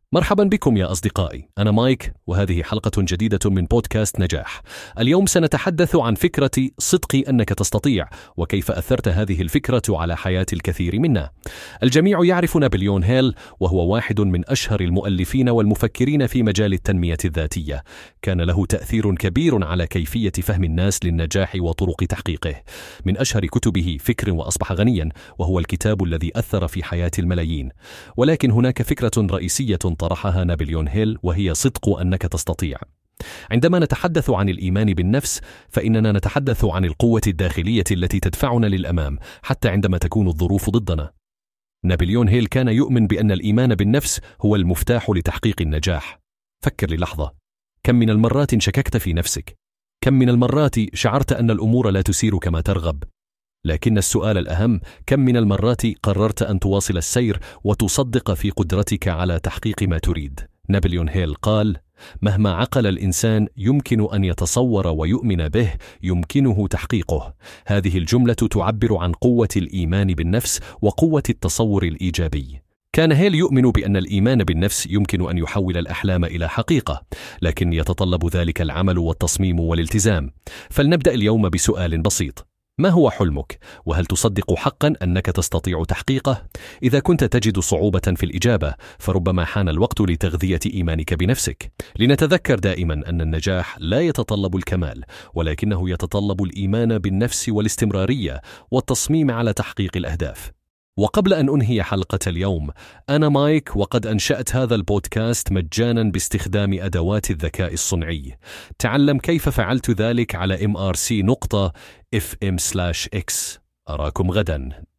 مرحبا بكم يا أصدقائي، أنا مايك وهذه حلقة جديدة من بودكاست نجاح. اليوم سنتحدث عن فكرة صدق أنك تستطيع، وكيف أثرت هذه الفكرة على حياة الكثير منا. الجميع يعرف نابليون هيل، وهو واحد من أشهر المؤلفين والمفكرين في مجال التنمية الذاتية. كان له تأثير كبير على كيفية فهم الناس للنجاح وطرق تحقيقه. من أشهر كتبه فكر وأصبح غنيا، وهو الكتاب الذي أثر في حياة الملايين. ولكن هناك فكرة رئيسية طرحها نابليون هيل، وهي صدق أنك تستطيع. عندما نتحدث عن الإيمان بالنفس، فإننا نتحدث عن القوة الداخلية التي تدفعنا للأمام حتى عندما تكون الظروف ضدنا. نابليون هيل كان يؤمن بأن الإيمان بالنفس هو المفتاح لتحقيق النجاح. فكر للحظة، كم من المرات شككت في نفسك؟ كم من المرات شعرت أن الأمور لا تسير كما ترغب؟ لكن السؤال الأهم، كم من المرات قررت أن تواصل السير وتصدق في قدرتك على تحقيق ما تريد؟ نابليون هيل قال: مهما عقل الإنسان يمكن أن يتصور ويؤمن به، يمكنه تحقيقه. هذه الجملة تعبر عن قوة الإيمان بالنفس وقوة التصور الإيجابي. كان هيل يؤمن بأن الإيمان بالنفس يمكن أن يحول الأحلام إلى حقيقة، لكن يتطلب ذلك العمل والتصميم والالتزام. فلنبدأ اليوم بسؤال بسيط: ما هو حلمك؟ وهل تصدق حقا أنك تستطيع تحقيقه؟ إذا كنت تجد صعوبة في الإجابة، فربما حان الوقت لتغذية إيمانك بنفسك. لنتذكر دائما أن النجاح لا يتطلب الكمال، ولكنه يتطلب الإيمان بالنفس والاستمرارية والتصميم على تحقيق الأهداف. وقبل أن أنهي حلقة اليوم، أنا مايك، وقد أنشأت هذا البودكاست مجانا باستخدام أدوات الذكاء الصنعي. تعلم كيف فعلت ذلك على mrc.fm/x. أراكم غدا.